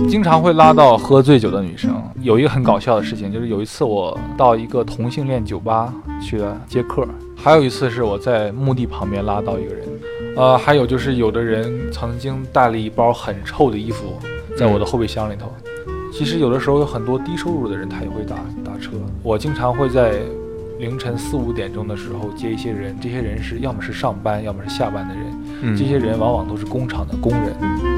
经常会拉到喝醉酒的女生。有一个很搞笑的事情，就是有一次我到一个同性恋酒吧去了接客，还有一次是我在墓地旁边拉到一个人，还有就是有的人曾经带了一包很臭的衣服在我的后备箱里头。其实有的时候有很多低收入的人他也会打车，我经常会在凌晨4、5点钟的时候接一些人，这些人是要么是上班要么是下班的人，这些人往往都是工厂的工人。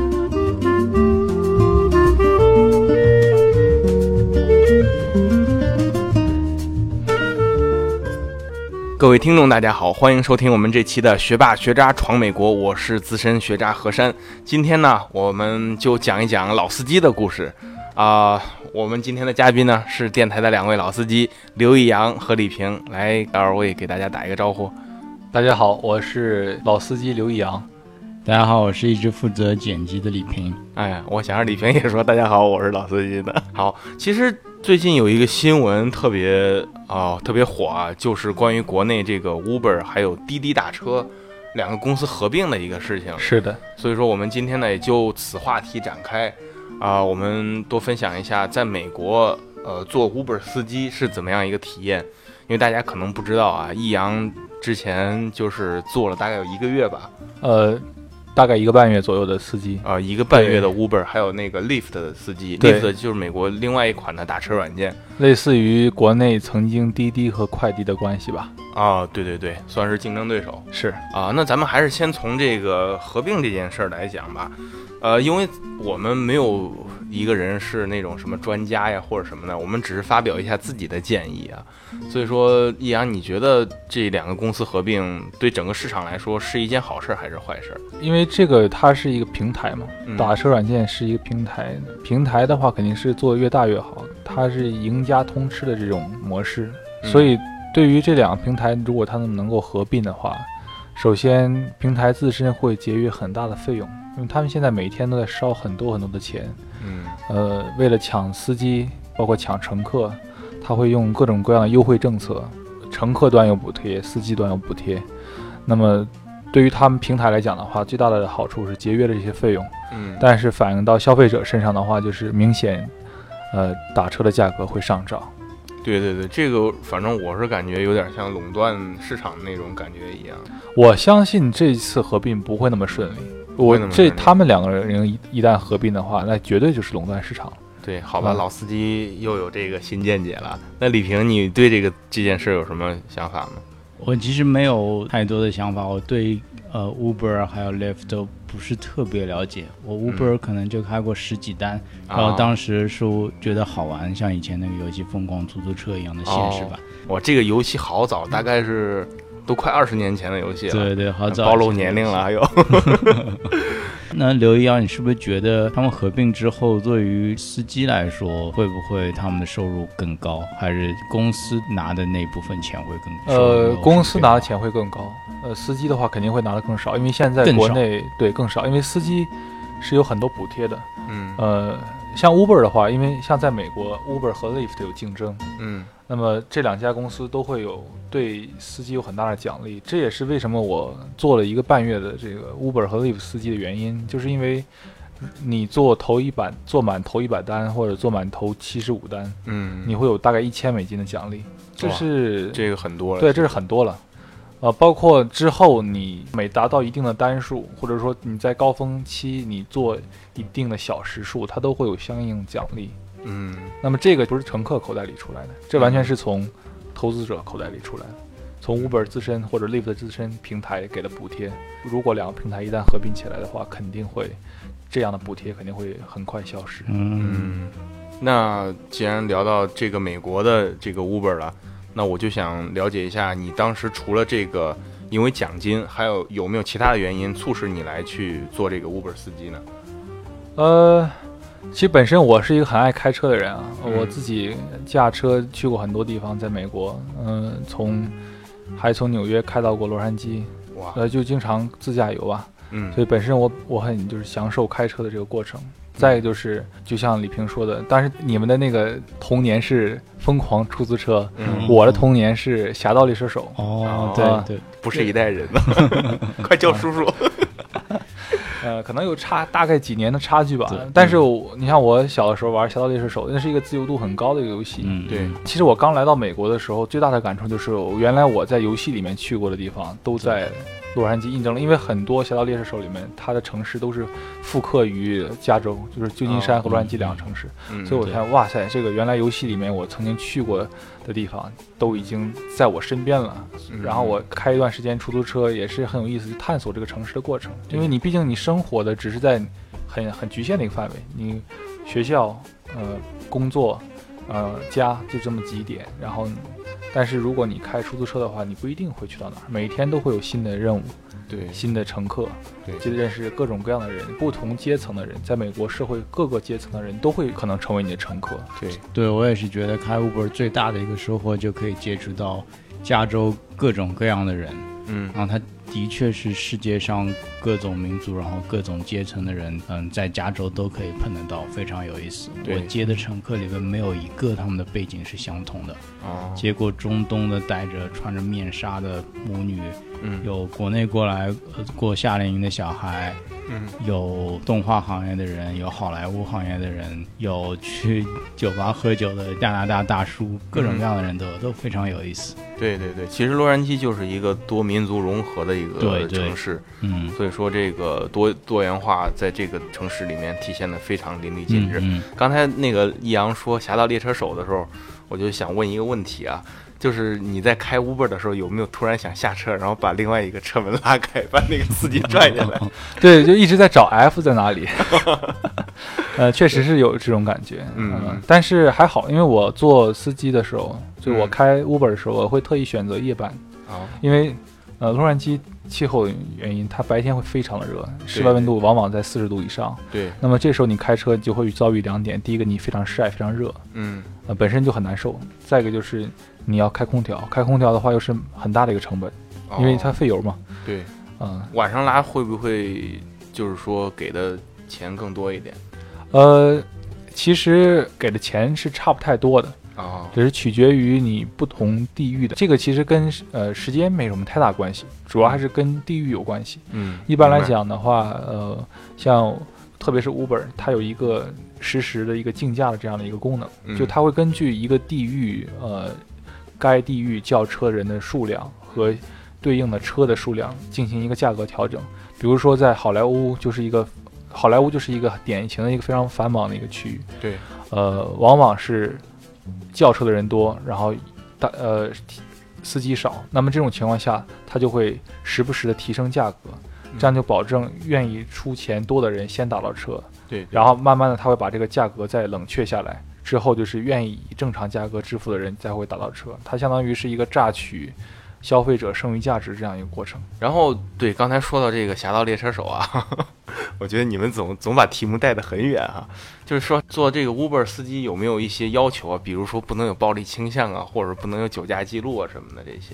各位听众大家好，欢迎收听我们这期的学霸学渣闯美国，我是资深学渣何山。今天呢我们就讲一讲老司机的故事我们今天的嘉宾呢是电台的2位老司机刘一阳和李平，来2位给大家打一个招呼。 大家好，我是老司机刘一阳。 大家好，我是一直负责剪辑的李平。 我想让李平也说大家好，我是老司机的。好，其实最近有一个新闻特别火啊，就是关于国内这个 Uber 还有滴滴打车2个公司合并的一个事情。 是的， 所以说我们今天呢也就此话题展开我们多分享一下在美国做 Uber 司机是怎么样一个体验。因为大家可能不知道啊，易阳之前就是做了大概有1个月吧， 大概1个半月左右的司机 1个半月的 Uber， 还有那个 Lyft 的司机。Lyft 就是美国另外一款的打车软件， 类似于国内曾经滴滴和快滴的关系吧。 对对对，算是竞争对手。 是那咱们还是先从这个合并这件事儿来讲吧。因为我们没有一个人是那种什么专家呀或者什么的，我们只是发表一下自己的建议啊。所以说易阳，你觉得这2个公司合并对整个市场来说是一件好事还是坏事？ 因为这个它是一个平台嘛，打车软件是一个平台，平台的话肯定是做越大越好，它是赢家通吃的这种模式。所以对于这2个平台，如果它们能够合并的话，首先平台自身会节约很大的费用，因为他们现在每天都在烧很多很多的钱。为了抢司机包括抢乘客，他会用各种各样的优惠政策，乘客端有补贴，司机端有补贴。那么对于他们平台来讲的话，最大的好处是节约了这些费用。但是反映到消费者身上的话，就是明显打车的价格会上涨。 对对对，这个反正我是感觉有点像垄断市场那种感觉一样。 我相信这次合并不会那么顺利。他们2个人一旦合并的话，那绝对就是垄断市场。 对，好吧，老司机又有这个新见解了。那李平，你对这件事有什么想法吗？ 我其实没有太多的想法，我对Uber 还有 Lyft 都不是特别了解。我 Uber 可能就开过10几单，然后当时是觉得好玩，像以前那个游戏《疯狂出租车》一样的现实版。 这个游戏好早，大概是都快20年前的游戏了。 对对，好早， 暴露年龄了还有。 那刘一阳，你是不是觉得他们合并之后，对于司机来说，会不会他们的收入更高，还是公司拿的那部分钱会更高？ 公司拿的钱会更高，司机的话肯定会拿的更少，因为现在国内更少，因为司机是有很多补贴的。像 Uber 的话，因为像在美国 Uber 和 Lyft 有竞争，那么这2家公司都会有对司机有很大的奖励。这也是为什么我做了1个半月的这个 Uber 和 Lyft 司机的原因，就是因为你做满头100单或者做满头75单，你会有大概$1000的奖励，这个很多了。 对，这是很多了。包括之后你每达到一定的单数，或者说你在高峰期你做一定的小时数，它都会有相应奖励。那么这个不是乘客口袋里出来的，这完全是从投资者口袋里出来的，从 Uber 自身或者 Lyft 自身平台给的补贴。如果2个平台一旦合并起来的话，肯定会这样的补贴肯定会很快消失。 那既然聊到这个美国的这个 Uber 了，那我就想了解一下，你当时除了这个因为奖金，还有没有其他的原因促使你来去做这个 Uber 司机呢？ 其实本身我是一个很爱开车的人啊，我自己驾车去过很多地方，在美国，还从纽约开到过洛杉矶，就经常自驾游啊。所以本身我很就是享受开车的这个过程。再一个就是就像李平说的，但是你们的那个童年是疯狂出租车，我的童年是侠盗猎车手。 对对， 不是一代人了。快叫叔叔。 可能有大概几年的差距吧。但是你像我小的时候玩《侠盗猎车手》，那是一个自由度很高的一个游戏。 对。 其实我刚来到美国的时候，最大的感触就是原来我在游戏里面去过的地方都在洛杉矶印证了，因为很多《侠盗猎车手》里面它的城市都是复刻于加州，就是旧金山和洛杉矶两个城市。所以我看哇塞，这个原来游戏里面我曾经去过的地方都已经在我身边了。然后我开一段时间出租车也是很有意思，去探索这个城市的过程。因为你毕竟你生活的只是在很局限的一个范围，你学校工作家就这么几点，然后但是如果你开出租车的话，你不一定会去到哪儿，每一天都会有新的任务， 对， 新的乘客， 对， 就认识各种各样的人，不同阶层的人，在美国社会各个阶层的人都会可能成为你的乘客。 对，我也是觉得开 Uber 最大的一个收获就可以接触到加州各种各样的人，然后他的确是世界上各种民族，然后各种阶层的人，在加州都可以碰得到，非常有意思。我接的乘客里面没有一个他们的背景是相同的。接过中东的带着穿着面纱的母女，有国内过来过夏令营的小孩，有动画行业的人，有好莱坞行业的人，有去酒吧喝酒的加拿大大叔，各种各样的人都非常有意思。 对，其实洛杉矶就是一个多民族融合的一个城市，所以说这个多元化在这个城市里面体现的非常淋漓尽致。刚才那个易阳说《侠盗猎车手》的时候，我就想问一个问题啊，就是你在开 Uber 的时候，有没有突然想下车，然后把另外一个车门拉开，把那个司机拽进来？ 对，就一直在找 F 在哪里。确实是有这种感觉。但是还好，因为我做司机的时候，就我开 Uber 的时候，我会特意选择夜班，因为洛杉矶气候的原因，它白天会非常的热，室外温度往往在40度以上。 对， 那么这时候你开车就会遭遇2点，第一个你非常晒，非常热，本身就很难受；再一个就是你要开空调，开空调的话又是很大的一个成本，因为它费油嘛。 对，晚上拉会不会就是说给的钱更多一点？ 其实给的钱是差不太多的。只是取决于你不同地域的，这个其实跟时间没什么太大关系，主要还是跟地域有关系。一般来讲的话，像特别是 Uber， 它有一个实时的一个竞价的这样的一个功能，就它会根据一个地域该地域叫车人的数量和对应的车的数量进行一个价格调整。比如说在好莱坞就是一个典型的一个非常繁忙的一个区域， 对， 往往是叫车的人多，然后司机少，那么这种情况下，他就会时不时的提升价格，这样就保证愿意出钱多的人先打到车， 对， 然后慢慢的他会把这个价格再冷却下来，之后就是愿意以正常价格支付的人才会打到车，它相当于是一个榨取消费者剩余价值这样一个过程。 然后对，刚才说到这个侠盗猎车手啊，我觉得你们总把题目带得很远啊。就是说做这个 Uber 司机有没有一些要求啊？比如说不能有暴力倾向啊，或者不能有酒驾记录啊什么的这些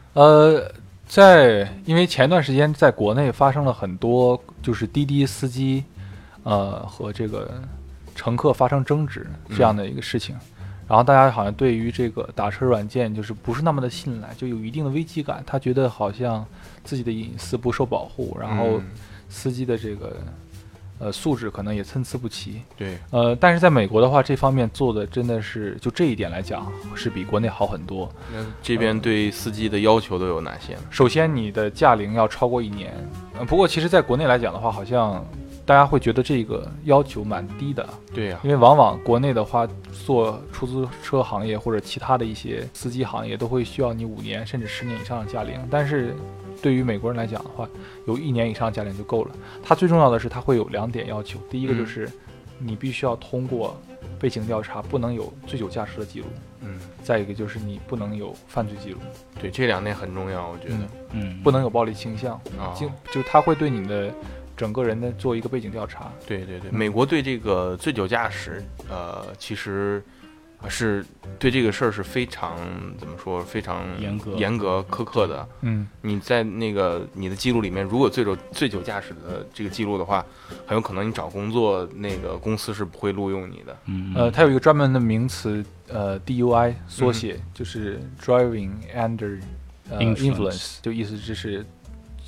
的。因为前段时间在国内发生了很多就是滴滴司机和这个乘客发生争执这样的一个事情。然后大家好像对于这个打车软件就是不是那么的信赖，就有一定的危机感，他觉得好像自己的隐私不受保护，然后司机的这个素质可能也参差不齐。 对， 但是在美国的话，这方面做的真的是就这一点来讲是比国内好很多。 那这边对司机的要求都有哪些呢？ 首先你的驾龄要超过1年，不过其实在国内来讲的话，好像大家会觉得这个要求蛮低的。 对呀， 因为往往国内的话，做出租车行业或者其他的一些司机行业都会需要你5年甚至10年以上的驾龄，但是对于美国人来讲的话，有1年以上的驾龄就够了。它最重要的是它会有2点要求，第一个就是你必须要通过背景调查，不能有醉酒驾驶的记录。再一个就是你不能有犯罪记录。 对，这2点很重要，我觉得。 不能有暴力倾向。就它会对你的整个人的做一个背景调查。 对，美国对这个醉酒驾驶，其实是对这个事儿是非常怎么说，非常严格苛刻的。你在那个你的记录里面，如果醉酒驾驶的这个记录的话，很有可能你找工作那个公司是不会录用你的。 它有一个专门的名词，DUI 缩写，就是 Driving Under Influence，就意思就是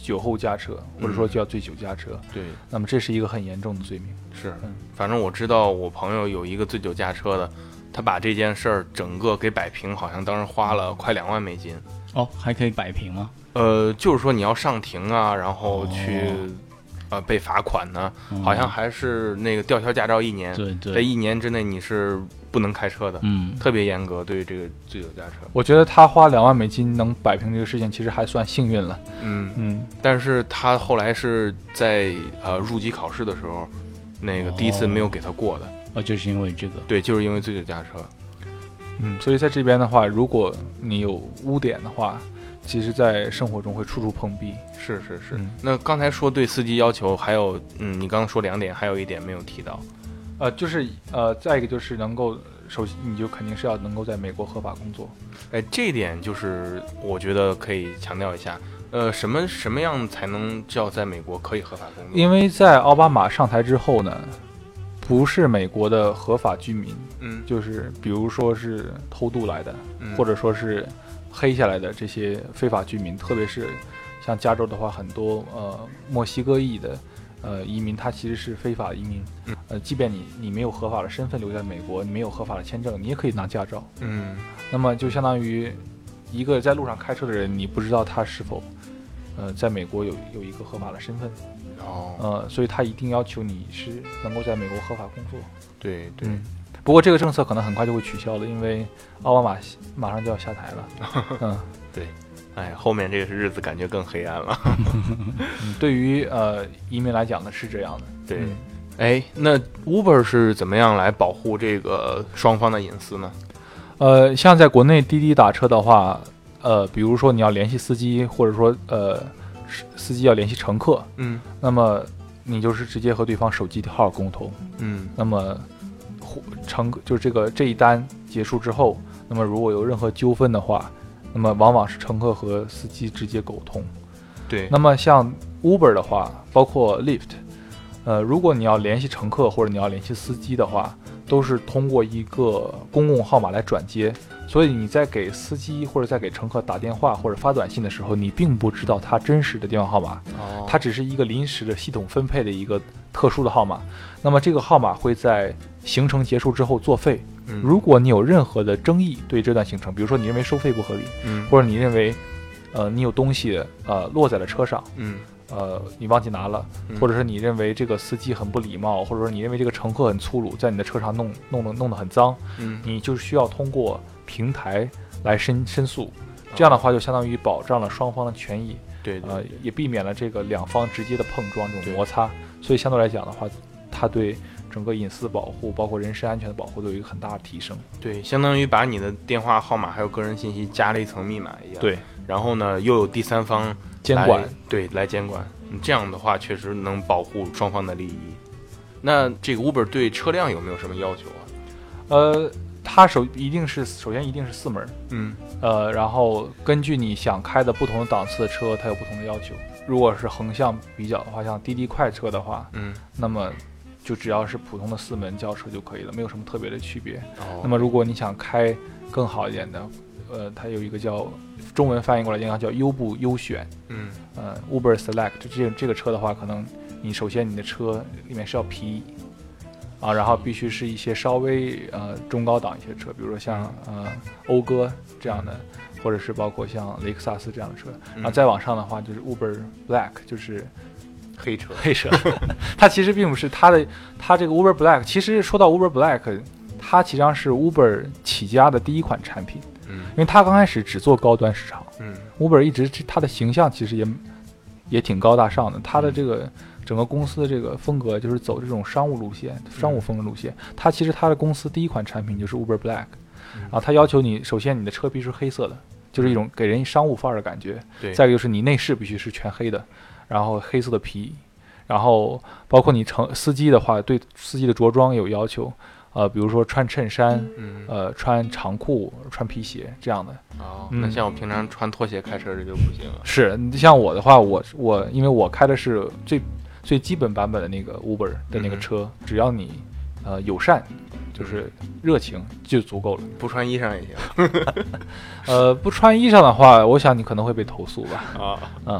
酒后驾车，或者说叫醉酒驾车。 对， 那么这是一个很严重的罪名。 是，反正我知道我朋友有一个醉酒驾车的，他把这件事儿整个给摆平，好像当时花了快2万美金。 哦，还可以摆平吗？ 就是说你要上庭啊，然后去。被罚款呢，好像还是那个吊销驾照1年， 对， 在1年之内你是不能开车的，特别严格对于这个醉酒驾车。 我觉得他花2万美金能摆平这个事情，其实还算幸运了。 但是他后来是在入籍考试的时候，那个第一次没有给他过的。 就是因为这个。 对，就是因为醉酒驾车。 所以在这边的话，如果你有污点的话，其实在生活中会处处碰壁。 是。那刚才说对司机要求，还有你刚刚说2点，还有一点没有提到。 就是再一个就是能够，首先你就肯定是要能够在美国合法工作。 这一点就是我觉得可以强调一下。什么样才能叫在美国可以合法工作？ 因为在奥巴马上台之后呢，不是美国的合法居民，就是比如说是偷渡来的，或者说是黑下来的这些非法居民，特别是像加州的话，很多墨西哥裔的移民，他其实是非法移民。即便你没有合法的身份留在美国，你没有合法的签证，你也可以拿驾照。那么就相当于一个在路上开车的人，你不知道他是否在美国有一个合法的身份。所以他一定要求你是能够在美国合法工作。 对。 不过这个政策可能很快就会取消了，因为奥巴马马上就要下台了。 对。后面这个日子感觉更黑暗了。 对于移民来讲呢是这样的。 对。那 Uber 是怎么样来保护这个双方的隐私呢？ 像在国内滴滴打车的话，比如说你要联系司机，或者说司机要联系乘客，那么你就是直接和对方手机号沟通，那么就是这一单结束之后，那么如果有任何纠纷的话，那么往往是乘客和司机直接沟通。 对。 那么像 Uber 的话，包括 Lyft，如果你要联系乘客或者你要联系司机的话，都是通过一个公共号码来转接，所以你在给司机或者在给乘客打电话或者发短信的时候，你并不知道他真实的电话号码，它只是一个临时的系统分配的一个特殊的号码。那么这个号码会在行程结束之后作废。如果你有任何的争议对这段行程，比如说你认为收费不合理，或者你认为你有东西落在了车上，你忘记拿了，或者是你认为这个司机很不礼貌，或者说你认为这个乘客很粗鲁，在你的车上弄得很脏，你就需要通过平台来申诉。这样的话就相当于保障了双方的权益。 对。 也避免了这个两方直接的碰撞这种摩擦，所以相对来讲的话，它对整个隐私保护包括人身安全的保护都有一个很大的提升。 对，相当于把你的电话号码还有个人信息加了一层密码一样。 对。 然后呢又有第三方监管。 对，来监管。这样的话确实能保护双方的利益。那这个 Uber 对车辆有没有什么要求啊？ 它首先一定是4门。然后根据你想开的不同的档次的车，它有不同的要求。如果是横向比较的话，像滴滴快车的话，那么就只要是普通的4门轿车就可以了，没有什么特别的区别。那么如果你想开更好一点的，它有一个叫中文翻译过来应该叫优步优选。Uber Select 这个车的话，可能你首先你的车里面是要皮然后必须是一些稍微中高档一些车，比如说像讴歌这样的，或者是包括像雷克萨斯这样的车。然后再往上的话就是 Uber Black， 就是黑车。 它其实并不是它这个 Uber Black， 其实说到 Uber Black， 它实际上是 Uber 起家的第一款产品。因为它刚开始只做高端市场。Uber 一直它的形象其实也挺高大上的，它的这个整个公司的这个风格就是走这种商务路线，商务风的路线。它其实它的公司第一款产品就是 Uber Black，然后它要求你首先你的车必须是黑色的，就是一种给人商务范儿的感觉。 对。 再一个就是你内饰必须是全黑的，然后黑色的皮，然后包括你司机的话，对司机的着装有要求。比如说穿衬衫，穿长裤，穿皮鞋这样的。 那像我平常穿拖鞋开车这就不行了。 是，像我的话，我因为我开的是最基本版本的那个 Uber 的那个车，只要你友善，就是热情就足够了。 不穿衣裳也行。 不穿衣裳的话，我想你可能会被投诉吧。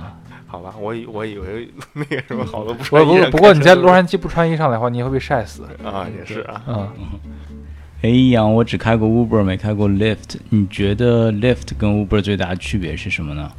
好吧，我以为那个什么好多不穿衣。 不过你在洛杉矶不穿衣上来的话，你也会被晒死啊，也是啊。 哎，一阳，我只开过 Uber 没开过 Lyft， 你觉得 Lyft 跟 Uber 最大的区别是什么呢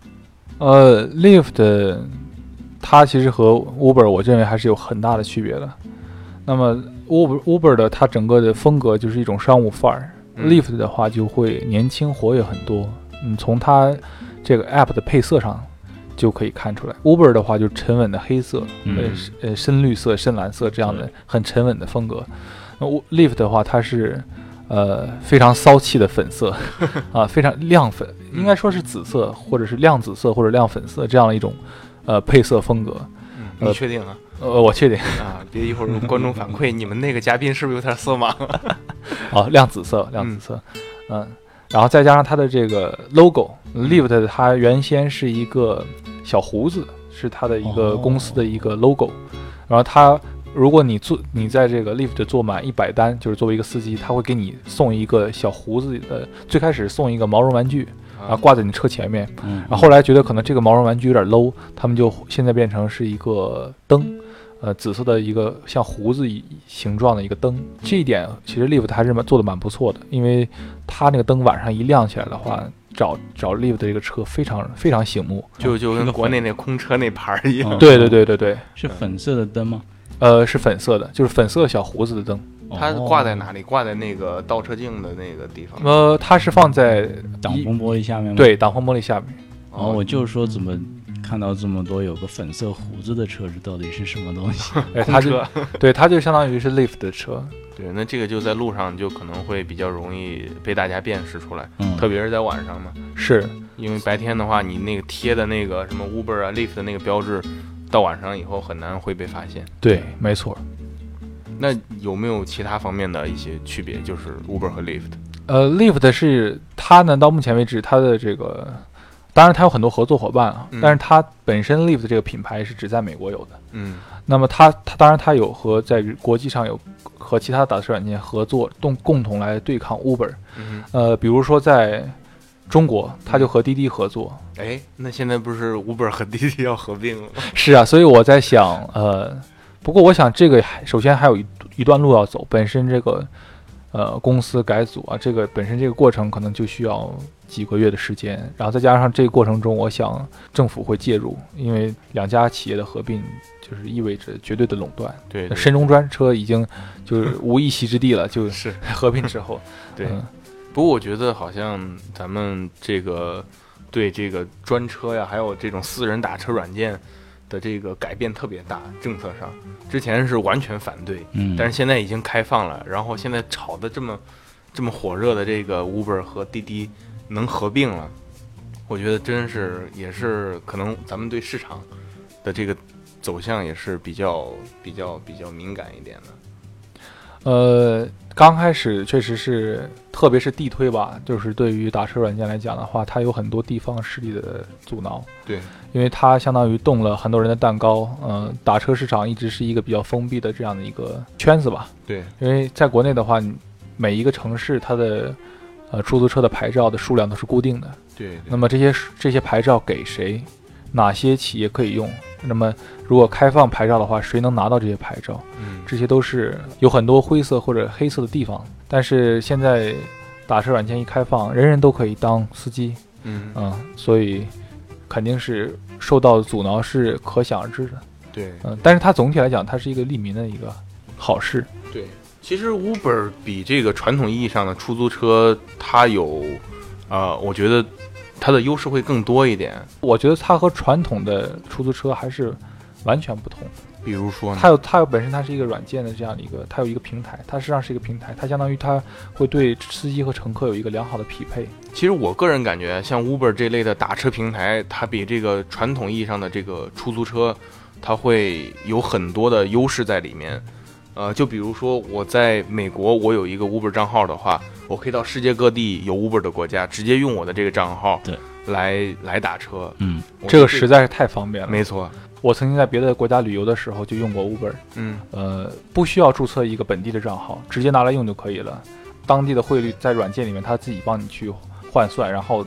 ？Lyft 它其实和 Uber 我认为还是有很大的区别的。那么 Uber 的它整个的风格就是一种商务范儿，Lyft 的话就会年轻活跃很多。从它这个 App 的配色上就可以看出来。Uber 的话就沉稳的黑色，深绿色、深蓝色这样的很沉稳的风格。那 Lyft 的话，它是非常骚气的粉色啊，非常亮粉，应该说是紫色或者是亮紫色或者亮粉色这样的一种配色风格。 你确定啊？ 我确定啊，别一会儿观众反馈你们那个嘉宾是不是有点色盲？ 亮紫色，然后再加上它的这个 logo，Lyft 它原先是一个小胡子，是它的一个公司的一个 logo，然后它。如果你在这个 Lyft 坐满100单，就是作为一个司机，他会给你送一个小胡子的，最开始送一个毛绒玩具，然后挂在你车前面，然后后来觉得可能这个毛绒玩具有点 low， 他们就现在变成是一个灯，紫色的一个像胡子形状的一个灯。这一点其实 Lyft 还是做的蛮不错的，因为它那个灯晚上一亮起来的话，找 Lyft 的这个车非常非常醒目， 就跟国内那空车那牌一样。 对， 是粉色的灯吗？ 是粉色的，就是粉色小胡子的灯。 它挂在哪里？挂在那个倒车镜的那个地方。 它是放在挡风玻璃下面吗？ 对，挡风玻璃下面。 我就是说，怎么看到这么多有个粉色胡子的车，这到底是什么东西？ 它就相当于是 Lyft 的车。 对，那这个就在路上就可能会比较容易被大家辨识出来，特别是在晚上嘛。 是因为白天的话，你那个贴的那个什么 Uber 啊、Lyft 的那个标志。到晚上以后很难会被发现。 对，没错。 那有没有其他方面的一些区别？就是 Uber 和 Lyft。 Lyft 是它呢，到目前为止它的这个，当然它有很多合作伙伴啊，但是它本身 Lyft 这个品牌是只在美国有的。那么它当然它有和在国际上有和其他打车软件合作，共同来对抗 Uber。比如说在中国，他就和滴滴合作。 那现在不是 Uber 和滴滴要合并了吗？ 是啊，所以我在想，不过我想这个首先还有一段路要走，本身这个公司改组啊，这个本身这个过程可能就需要几个月的时间，然后再加上这个过程中，我想政府会介入，因为两家企业的合并就是意味着绝对的垄断。 对， 深中专车已经就是无一席之地了，就是合并之后， 对。不过我觉得好像咱们这个对这个专车呀，还有这种私人打车软件的这个改变特别大，政策上之前是完全反对，但是现在已经开放了，然后现在炒的这么火热的这个 Uber 和滴滴能合并了，我觉得真是也是可能咱们对市场的这个走向也是比较敏感一点的。 刚开始确实是，特别是地推吧，就是对于打车软件来讲的话，它有很多地方势力的阻挠。 对， 因为它相当于动了很多人的蛋糕。打车市场一直是一个比较封闭的这样的一个圈子吧。 对， 因为在国内的话，每一个城市它的出租车的牌照的数量都是固定的。 对。 那么这些牌照给谁？哪些企业可以用？那么如果开放牌照的话，谁能拿到这些牌照？这些都是有很多灰色或者黑色的地方。但是现在打车软件一开放，人人都可以当司机，所以肯定是受到的阻挠是可想而知的。 对， 但是它总体来讲，它是一个利民的一个好事。 对，其实 Uber 比这个传统意义上的出租车，它有，我觉得它的优势会更多一点。 我觉得它和传统的出租车还是完全不同。 比如说呢？ 它有本身它是一个软件的这样的一个，它有一个平台，它实际上是一个平台，它相当于它会对司机和乘客有一个良好的匹配。 其实我个人感觉，像 Uber 这类的打车平台，它比这个传统意义上的这个出租车，它会有很多的优势在里面。就比如说我在美国，我有一个 Uber 账号的话，我可以到世界各地有 Uber 的国家，直接用我的这个账号来打车。 这个实在是太方便了。 没错。 我曾经在别的国家旅游的时候就用过 Uber，不需要注册一个本地的账号，直接拿来用就可以了。当地的汇率在软件里面，它自己帮你去换算，然后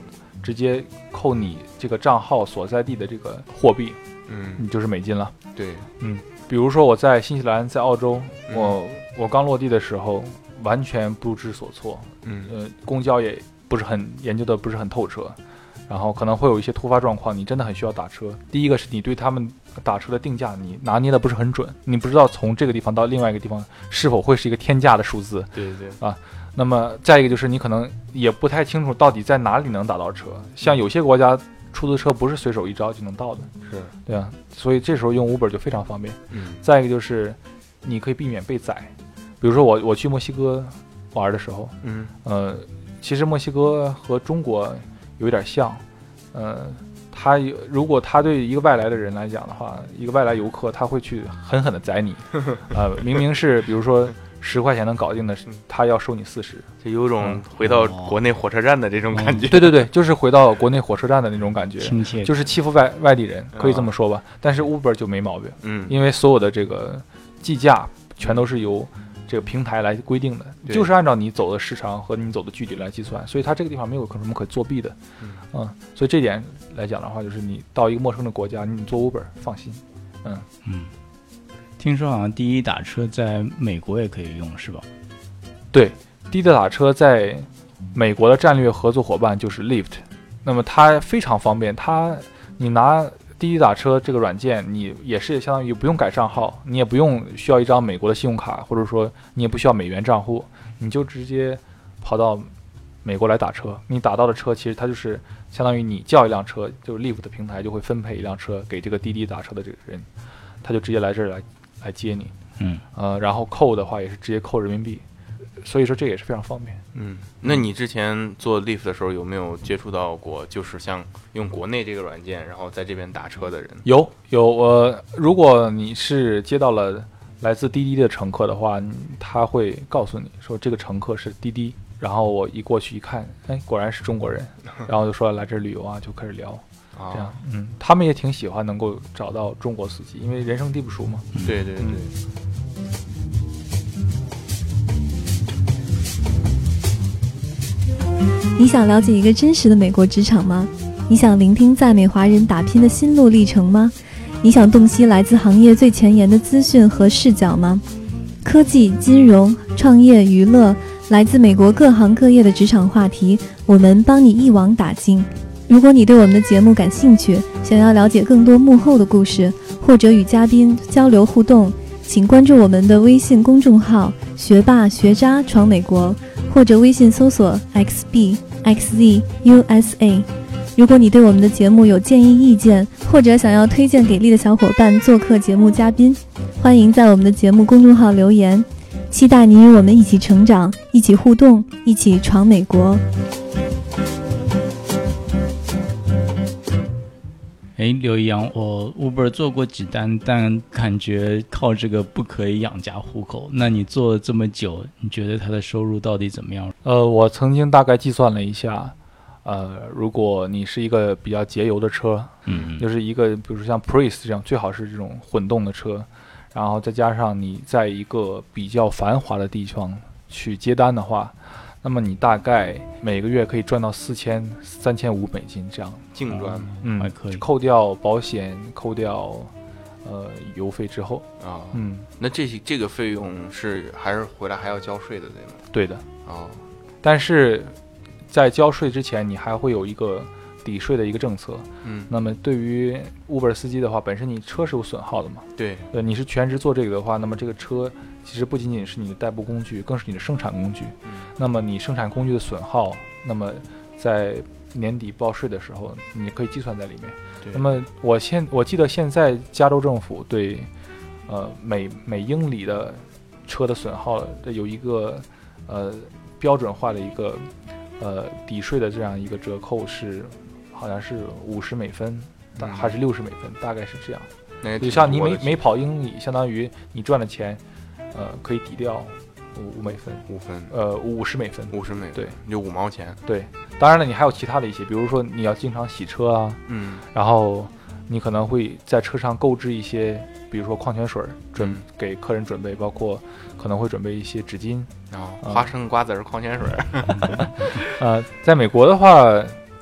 直接扣你这个账号所在地的这个货币，你就是美金了。 对， 比如说我在新西兰，在澳洲，我刚落地的时候完全不知所措，公交也不是很研究的不是很透彻，然后可能会有一些突发状况，你真的很需要打车。第一个是你对他们打车的定价你拿捏的不是很准，你不知道从这个地方到另外一个地方是否会是一个天价的数字。 对啊，那么再一个就是你可能也不太清楚到底在哪里能打到车，像有些国家出租车不是随手一招就能到的， 是对啊，所以这时候用 Uber 就非常方便。再一个就是你可以避免被宰，比如说我去墨西哥玩的时候，其实墨西哥和中国有点像，如果他对一个外来的人来讲的话，一个外来游客他会去狠狠的宰你，明明是比如说10块钱能搞定的，他要收你40， 就有种回到国内火车站的这种感觉。 对，就是回到国内火车站的那种感觉， 亲切， 就是欺负外地人，可以这么说吧。但是 Uber 就没毛病，因为所有的这个计价全都是由这个平台来规定的，就是按照你走的时长和你走的距离来计算，所以它这个地方没有什么可作弊的，所以这点来讲的话，就是你到一个陌生的国家，你坐 Uber 放心， 听说好像滴滴打车在美国也可以用，是吧？ 对，滴滴打车在美国的战略合作伙伴就是 Lyft， 那么它非常方便，你拿滴滴打车这个软件，你也是相当于不用改账号，你也不用需要一张美国的信用卡，或者说你也不需要美元账户，你就直接跑到美国来打车。你打到的车其实它就是相当于你叫一辆车，就是 Lyft 的平台就会分配一辆车给这个滴滴打车的这个人，他就直接来这儿来接你，然后扣的话也是直接扣人民币，所以说这也是非常方便。 那你之前做 Lyft 的时候有没有接触到过，就是像用国内这个软件，然后在这边打车的人？有， 如果你是接到了来自滴滴的乘客的话，他会告诉你说这个乘客是滴滴，然后我一过去一看，果然是中国人，然后就说来这儿旅游啊，就开始聊。这样，他们也挺喜欢能够找到中国司机，因为人生地不熟嘛。 对。 你想了解一个真实的美国职场吗？你想聆听在美华人打拼的心路历程吗？你想洞悉来自行业最前沿的资讯和视角吗？科技、金融、创业、娱乐，来自美国各行各业的职场话题，我们帮你一网打尽。如果你对我们的节目感兴趣，想要了解更多幕后的故事，或者与嘉宾交流互动，请关注我们的微信公众号学霸学渣闯美国，或者微信搜索 XBXZUSA。 如果你对我们的节目有建议意见，或者想要推荐给力的小伙伴做客节目嘉宾，欢迎在我们的节目公众号留言，期待你与我们一起成长，一起互动，一起闯美国。 刘一阳，我 Uber 做过几单，但感觉靠这个不可以养家糊口。那你做了这么久，你觉得他的收入到底怎么样？ 我曾经大概计算了一下，如果你是一个比较节油的车，就是一个比如说像 Prius 这样，最好是这种混动的车，然后再加上你在一个比较繁华的地方去接单的话，那么你大概每个月可以赚到$4000、$3500这样净赚， 还可以， 扣掉保险，扣掉油费之后那这个费用是还是回来还要交税的，对吗？ 对的。但是在交税之前，你还会有一个抵税的一个政策。那么对于 Uber 司机的话，本身你车是有损耗的嘛？ 对， 你是全职做这个的话，那么这个车其实不仅仅是你的代步工具，更是你的生产工具。那么你生产工具的损耗，那么在年底报税的时候，你可以计算在里面。那么我记得现在加州政府对每英里的车的损耗有一个标准化的一个抵税的这样一个折扣是好像是50美分，还是60美分，大概是这样。就像你每跑英里，相当于你赚的钱，可以抵掉5美分，50美分 ，50美分， 对， 就5毛钱。 对，当然了，你还有其他的一些，比如说你要经常洗车啊，然后你可能会在车上购置一些，比如说矿泉水，给客人准备，包括可能会准备一些纸巾， 花生、瓜子、矿泉水。 在美国的话，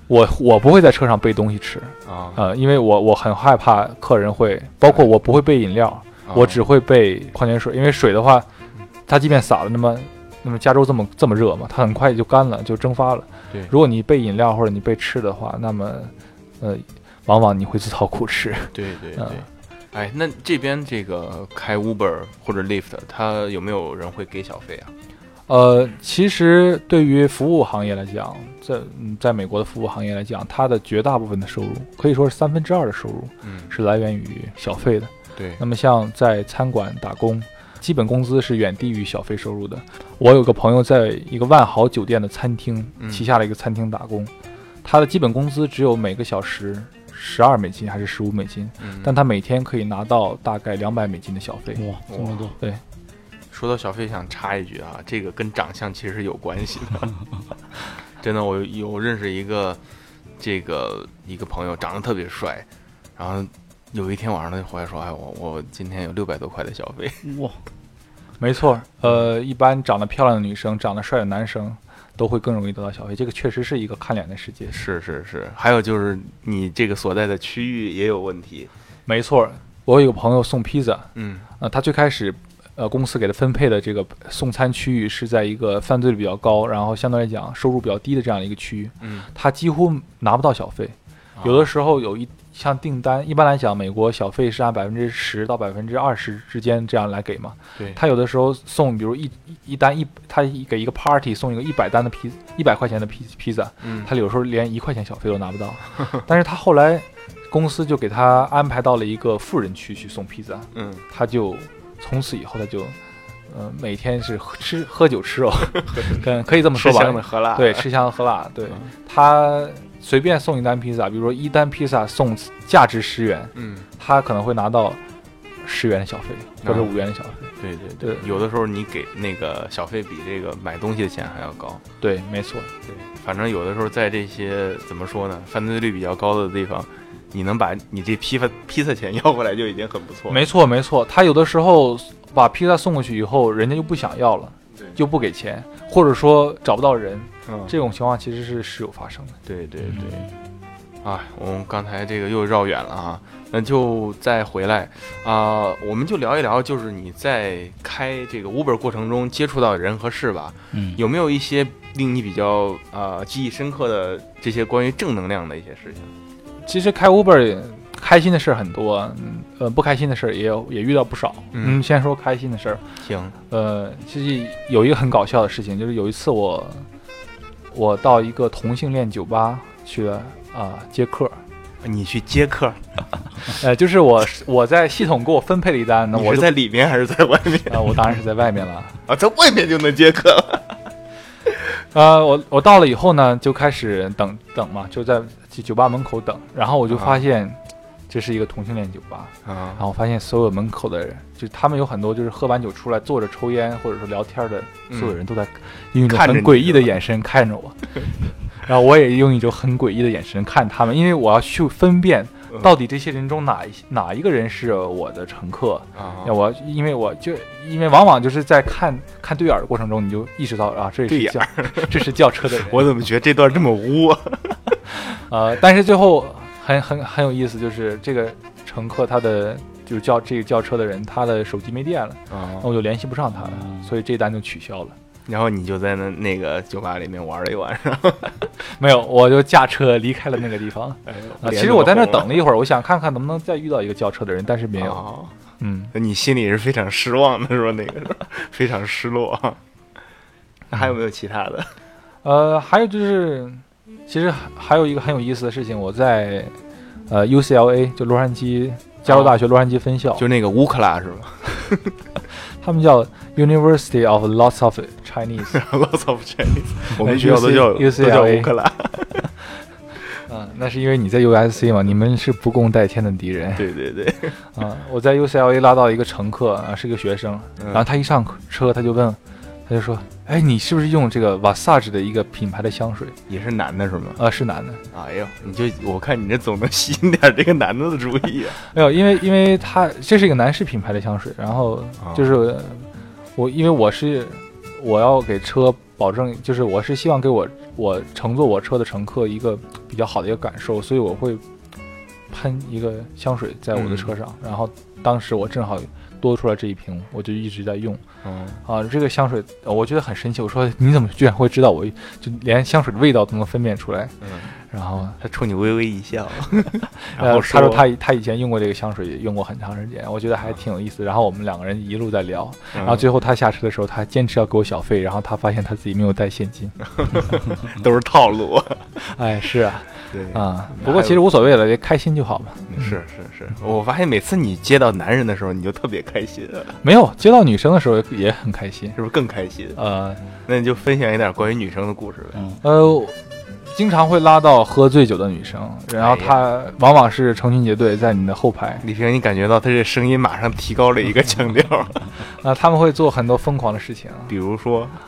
我不会在车上备东西吃啊， 因为我很害怕客人会，包括我不会备饮料，我只会备矿泉水，因为水的话，它即便洒了那么加州这么热嘛，它很快就干了，就蒸发了。 对， 如果你备饮料或者你备吃的话，那么往往你会自讨苦吃。 对。哎，那这边这个开 Uber 或者 Lyft， 它有没有人会给小费啊？ 其实对于服务行业来讲，在美国的服务行业来讲，它的绝大部分的收入，可以说是2/3的收入，是来源于小费的。 对。 那么像在餐馆打工，基本工资是远低于小费收入的。我有个朋友在一个万豪酒店的餐厅旗下的一个餐厅打工，他的基本工资只有每个小时$12还是$15，但他每天可以拿到大概$200的小费。 哇，这么多！ 对。说到小费，想插一句啊，这个跟长相其实是有关系的。真的，我有认识一个朋友，长得特别帅，然后有一天晚上他就回来说：“哎，我今天有600多块的小费。” 哇， 没错，一般长得漂亮的女生、长得帅的男生都会更容易得到小费，这个确实是一个看脸的世界。 是，还有就是你这个所在的区域也有问题。 没错，我有一个朋友送披萨，他最开始。公司给他分配的这个送餐区域是在一个犯罪率比较高，然后相对来讲收入比较低的这样的一个区域，他几乎拿不到小费。有的时候像订单，一般来讲，美国小费是按10%到20%之间这样来给嘛。 对。 他有的时候送，比如一单他给一个 party 送一个100块钱的披萨，他有时候连1块钱小费都拿不到。但是他后来公司就给他安排到了一个富人区去送披萨，他就。从此以后，他就，每天是喝酒吃肉，可以这么说吧， 吃香的喝辣， 对，吃香喝辣，对，他随便送一单披萨，比如说一单披萨送价值10元，他可能会拿到10元的小费或者5元的小费， 对，有的时候你给那个小费比这个买东西的钱还要高， 对，没错， 对，反正有的时候在这些怎么说呢，犯罪率比较高的地方。你能把你这披萨钱要回来就已经很不错了。 没错，他有的时候把披萨送过去以后，人家就不想要了，就不给钱，或者说找不到人，这种情况其实是时有发生的。 对。我们刚才这个又绕远了啊，那就再回来我们就聊一聊，就是你在开这个 Uber 过程中接触到人和事吧，有没有一些令你比较记忆深刻的这些关于正能量的一些事情？ 其实开 Uber 开心的事很多，不开心的事也遇到不少。先说开心的事儿。 行。 其实有一个很搞笑的事情，就是有一次我到一个同性恋酒吧去了接客。 你去接客？ 就是我在系统给我分配了一单， 你是在里面还是在外面？ 我当然是在外面了。 在外面就能接客了。我到了以后呢，就开始等嘛，就在酒吧门口等，然后我就发现这是一个同性恋酒吧，然后发现所有门口的人，就他们有很多就是喝完酒出来坐着抽烟或者说聊天的，所有人都在用一种很诡异的眼神看着我，然后我也用一种很诡异的眼神看他们，因为我要去分辨到底这些人中哪一个人是我的乘客因为往往就是在看对眼的过程中，你就意识到这是叫车的人。 我怎么觉得这段这么污但是最后很有意思，就是这个乘客他的就是叫车的人，他的手机没电了，我就联系不上他了，所以这单就取消了。 然后你就在那个酒吧里面玩了一晚上？ 没有，我就驾车离开了那个地方。其实我在那等了一会儿，我想看看能不能再遇到一个叫车的人，但是没有。 你心里是非常失望的，是吧？那个非常失落。那还有没有其他的？ 还有就是，其实还有一个很有意思的事情，我在UCLA 就洛杉矶加州大学洛杉矶分校， 就那个乌克拉是吧？ 他们叫 University of Lots of Chinese，Lots of Chinese， 我们学校都叫乌克兰。 那是因为你在 USC 嘛，你们是不共戴天的敌人。 对。 我在 UCLA 拉到一个乘客是个学生，然后他一上车他就说，哎，你是不是用这个 Versace 的一个品牌的香水？ 也是男的是吗？ 是男的。 哎呦，我看你这总能吸引点这个男的注意啊。 没有，因为他这是一个男士品牌的香水，然后就是因为我我要给车保证，就是我是希望给我乘坐我车的乘客一个比较好的一个感受，所以我会喷一个香水在我的车上，然后当时我正好多出来这一瓶，我就一直在用。这个香水我觉得很神奇，我说你怎么居然会知道，我就连香水的味道都能分辨出来。然后他冲你微微一笑， 然后他说他以前用过这个香水，用过很长时间，我觉得还挺有意思。然后我们两个人一路在聊，然后最后他下车的时候，他坚持要给我小费，然后他发现他自己没有带现金， 都是套路。 哎，是啊。 对不过其实无所谓了，开心就好嘛。 是，我发现每次你接到男人的时候，你就特别开心。 没有接到女生的时候也很开心， 是不是更开心？那你就分享一点关于女生的故事呗。 经常会拉到喝醉酒的女生，然后她往往是成群结队在你的后排。 李平，你感觉到她这声音马上提高了一个腔调。 他们会做很多疯狂的事情， 比如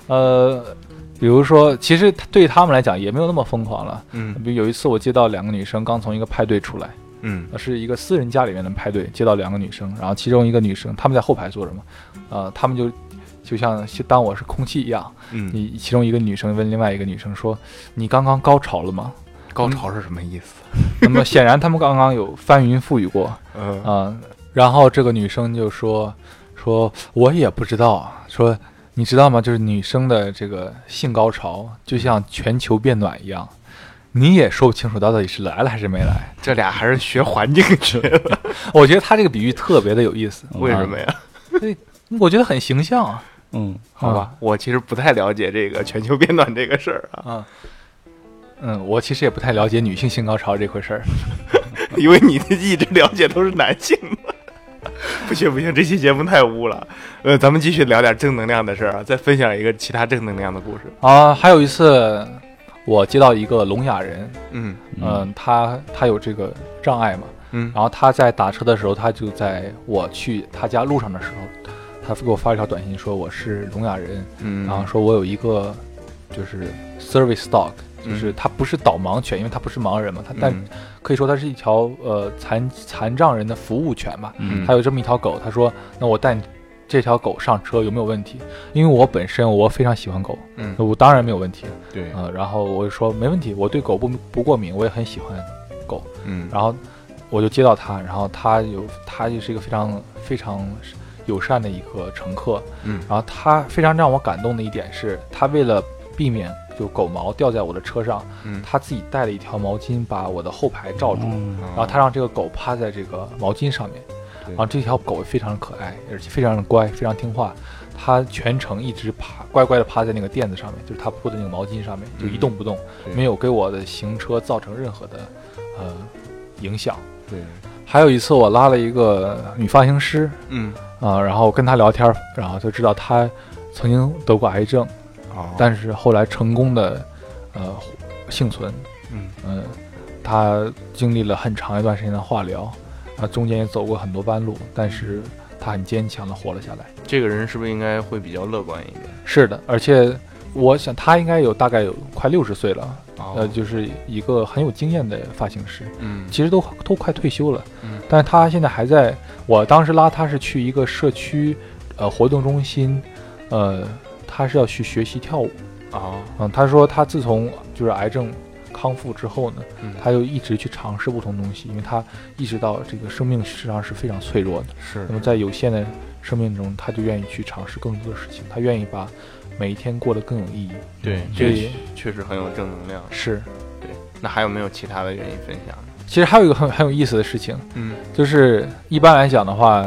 说，其实对他们来讲也没有那么疯狂了。比如有一次我接到2个女生刚从一个派对出来，是一个私人家里面的派对，接到2个女生，然后其中一个女生，她们在后排坐着嘛，她们就像当我是空气一样。你其中一个女生问另外一个女生说：“你刚刚高潮了吗？” 高潮是什么意思？ 那么显然她们刚刚有翻云覆雨过。然后这个女生就说我也不知道，说你知道吗？就是女生的这个性高潮就像全球变暖一样，你也说不清楚到底是来了还是没来。 这俩还是学环境学的。 我觉得他这个比喻特别的有意思。 为什么呀？ 对，我觉得很形象啊。 好吧，我其实不太了解这个全球变暖这个事儿啊。 我其实也不太了解女性性高潮这回事儿， 因为你一直了解都是男性的。不行，这期节目太污了。咱们继续聊点正能量的事儿啊，再分享一个其他正能量的故事啊。还有一次，我接到一个聋哑人，他有这个障碍嘛，然后他在打车的时候，他就在我去他家路上的时候，他给我发了一条短信说我是聋哑人，然后说我有一个就是 service dog。就是它不是导盲犬，因为它不是盲人嘛，但可以说它是一条残障人的服务犬吧。它有这么一条狗，他说那我带你这条狗上车有没有问题？因为我本身我非常喜欢狗，我当然没有问题。 对， 然后我就说没问题，我对狗不过敏，我也很喜欢狗。然后我就接到他，然后他就是一个非常非常友善的一个乘客。然后他非常让我感动的一点是，他为了避免就狗毛掉在我的车上，他自己带了一条毛巾把我的后排罩住，然后他让这个狗趴在这个毛巾上面，然后这条狗非常可爱，而且非常的乖，非常听话，它全程一直乖乖的趴在那个垫子上面，就是他铺的那个毛巾上面，就一动不动，没有给我的行车造成任何的影响。 对， 还有一次我拉了一个女发型师，然后跟她聊天，然后就知道她曾经得过癌症。但是后来成功的幸存。他经历了很长一段时间的化疗，中间也走过很多弯路，但是他很坚强的活了下来。 这个人是不是应该会比较乐观一点？ 是的，而且我想他应该大概有快60岁了，就是一个很有经验的发型师，其实都快退休了，但是他现在还在。我当时拉他是去一个社区活动中心，他是要去学习跳舞他说他自从就是癌症康复之后呢，他就一直去尝试不同东西，因为他意识到这个生命实际上是非常脆弱的。 是， 那么在有限的生命中，他就愿意去尝试更多的事情，他愿意把每一天过得更有意义。 对，这确实很有正能量。 是， 对。那还有没有其他的愿意分享？ 其实还有一个很有意思的事情，就是一般来讲的话，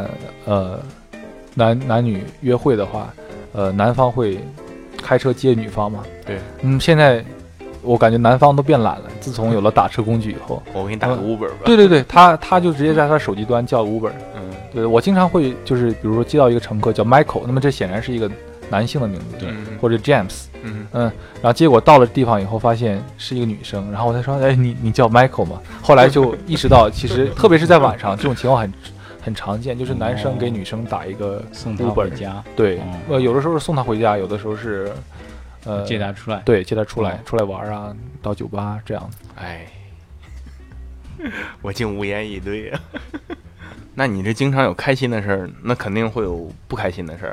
男女约会的话，男方会开车接女方嘛？对。现在我感觉男方都变懒了，自从有了打车工具以后。 我给你打个 Uber 吧。 对，他就直接在他手机端叫 Uber。对，我经常会就是比如说接到一个乘客叫 Michael， 那么这显然是一个男性的名字，或者 James，然后结果到了地方以后发现是一个女生，然后我才说，哎，你叫 Michael 吗？后来就意识到，其实特别是在晚上，这种情况很常见，就是男生给女生打一个 Uber， 送她回家。 对，有的时候是送她回家，有的时候是接她出来， 对，接她出来玩啊，到酒吧这样。 哎，我竟无言以对啊。那你这经常有开心的事儿，那肯定会有不开心的事儿。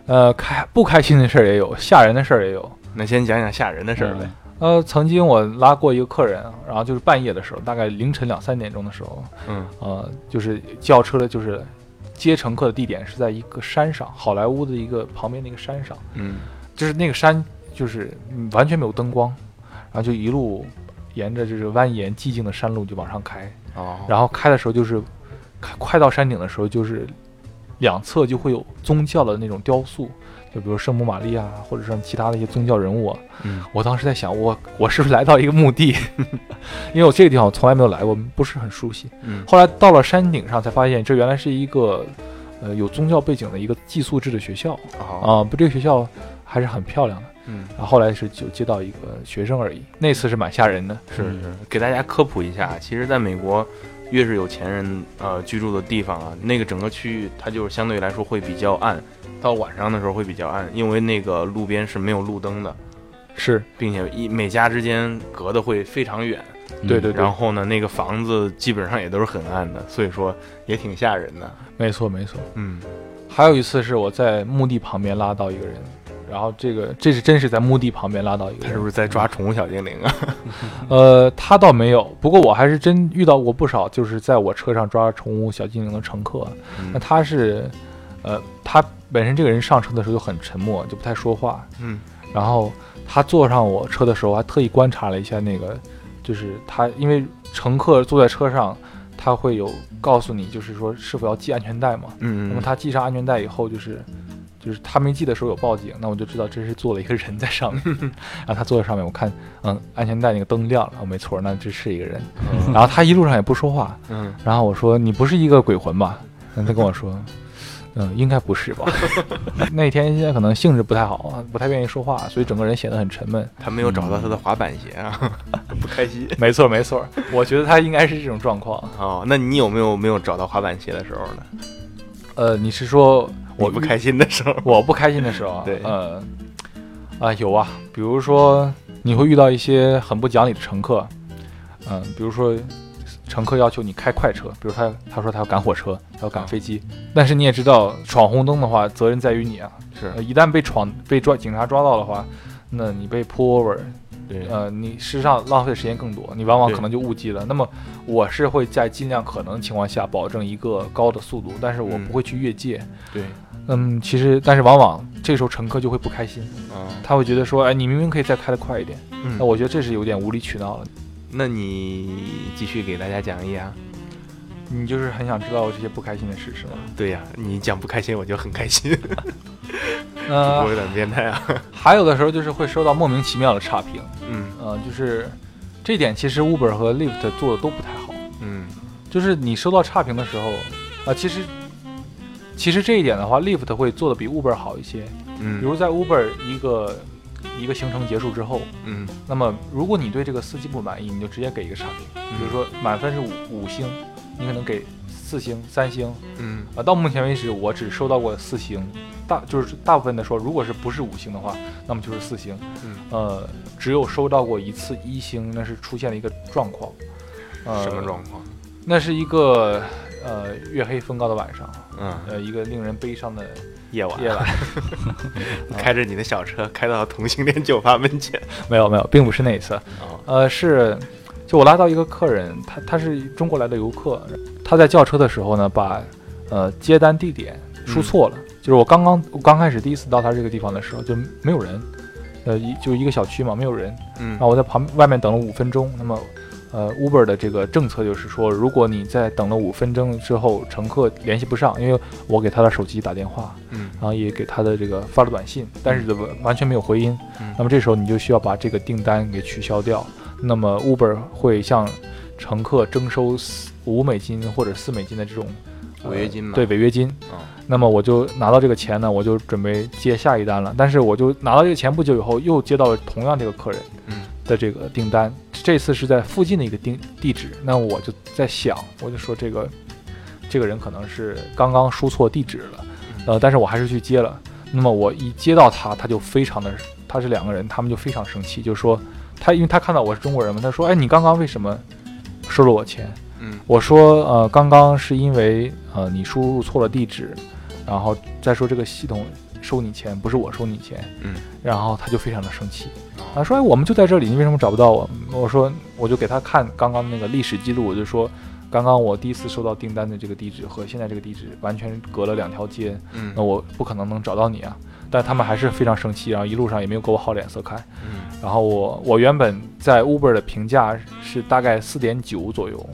不开心的事儿也有，吓人的事儿也有。 那先讲讲吓人的事儿呗。 曾经我拉过一个客人，然后就是半夜的时候，大概凌晨2、3点钟的时候，就是叫车的，就是接乘客的地点是在一个山上，好莱坞的一个旁边的一个山上，就是那个山就是完全没有灯光，然后就一路沿着就是蜿蜒寂静的山路就往上开，然后开的时候就是快到山顶的时候，就是两侧就会有宗教的那种雕塑。就比如圣母玛利亚，或者是其他的一些宗教人物，我当时在想，我是不是来到一个墓地？因为我这个地方我从来没有来过，不是很熟悉。后来到了山顶上，才发现这原来是一个有宗教背景的一个寄宿制的学校不，这个学校还是很漂亮的。然后后来是就接到一个学生而已，那次是蛮吓人的。 是，给大家科普一下，其实在美国，越是有钱人居住的地方啊，那个整个区域它就是相对来说会比较暗。到晚上的时候会比较暗，因为那个路边是没有路灯的， 是， 并且每家之间隔得会非常远。 对。 然后呢，那个房子基本上也都是很暗的，所以说也挺吓人的。 没错。还有一次是我在墓地旁边拉到一个人，然后这是真是在墓地旁边拉到一个人。 他是不是在抓宠物小精灵啊？ 他倒没有，不过我还是真遇到过不少就是在我车上抓宠物小精灵的乘客。那他是他本身这个人上车的时候就很沉默，就不太说话。然后他坐上我车的时候，还特意观察了一下那个，就是他因为乘客坐在车上，他会有告诉你，就是说是否要系安全带嘛。那么他系上安全带以后，就是他没系的时候有报警，那我就知道这是坐了一个人在上面。然后他坐在上面，我看安全带那个灯亮了，没错，那这是一个人。然后他一路上也不说话。然后我说你不是一个鬼魂吧？他跟我说。应该不是吧？那天现在可能兴致不太好，不太愿意说话，所以整个人显得很沉闷。 他没有找到他的滑板鞋啊，不开心。 没错，我觉得他应该是这种状况。 那你有没有找到滑板鞋的时候呢？你是说我不开心的时候？ 我不开心的时候， 对， 有啊，比如说你会遇到一些很不讲理的乘客，比如说。乘客要求你开快车，比如他说他要赶火车，他要赶飞机，但是你也知道闯红灯的话，责任在于你啊。 是， 一旦被警察抓到的话，那你被 pull over， 对， 你事实上浪费的时间更多，你往往可能就误记了。那么我是会在尽量可能情况下保证一个高的速度，但是我不会去越界。 对， 其实但是往往这时候乘客就会不开心，他会觉得说，哎，你明明可以再开得快一点。那我觉得这是有点无理取闹了。 那你继续给大家讲一讲， 你就是很想知道这些不开心的事是吗？ 对呀，你讲不开心我就很开心。我有点变态啊。 还有的时候就是会收到莫名其妙的差评，就是这点其实 Uber 和 Lyft 做的都不太好。就是你收到差评的时候，其实这一点的话 ，Lyft 会做的比 Uber 好一些。比如在 Uber 一个行程结束之后，那么如果你对这个司机不满意，你就直接给一个差评。比如说满分是5星，你可能给4星、3星。到目前为止我只收到过4星，就是大部分的说，如果是不是5星的话，那么就是4星。只有收到过一次1星，那是出现了一个状况。 什么状况？ 那是一个月黑风高的晚上，一个令人悲伤的夜晚， 开着你的小车开到同性恋酒吧门前。 没有，并不是那一次。就我拉到一个客人，他是中国来的游客，他在叫车的时候呢，把接单地点输错了。就是我刚开始第一次到他这个地方的时候，就没有人，就一个小区嘛，没有人。然后我在外面等了5分钟。那么Uber 的这个政策就是说，如果你在等了5分钟之后，乘客联系不上，因为我给他的手机打电话，然后也给他的这个发了短信，但是完全没有回音。那么这时候你就需要把这个订单给取消掉。那么 Uber 会向乘客征收$5或者$4的这种违约金嘛？ 对，违约金。那么我就拿到这个钱呢，我就准备接下一单了。但是我就拿到这个钱不久以后，又接到了同样这个客人的这个订单。这次是在附近的一个地址，那我就在想，我就说这个人可能是刚刚输错地址了，但是我还是去接了。那么我一接到他就非常的，他是2个人，他们就非常生气，就说因为他看到我是中国人嘛，他说，哎，你刚刚为什么收了我钱？我说，刚刚是因为你输入错了地址，然后再说这个系统收你钱，不是我收你钱。然后他就非常的生气，他说我们就在这里，你为什么找不到我？我说我就给他看刚刚那个历史记录，我就说刚刚我第一次收到订单的这个地址和现在这个地址完全隔了2条街，那我不可能找到你啊。但他们还是非常生气，然后一路上也没有给我好脸色看。然后我原本在 Uber 的评价是大概4.9左右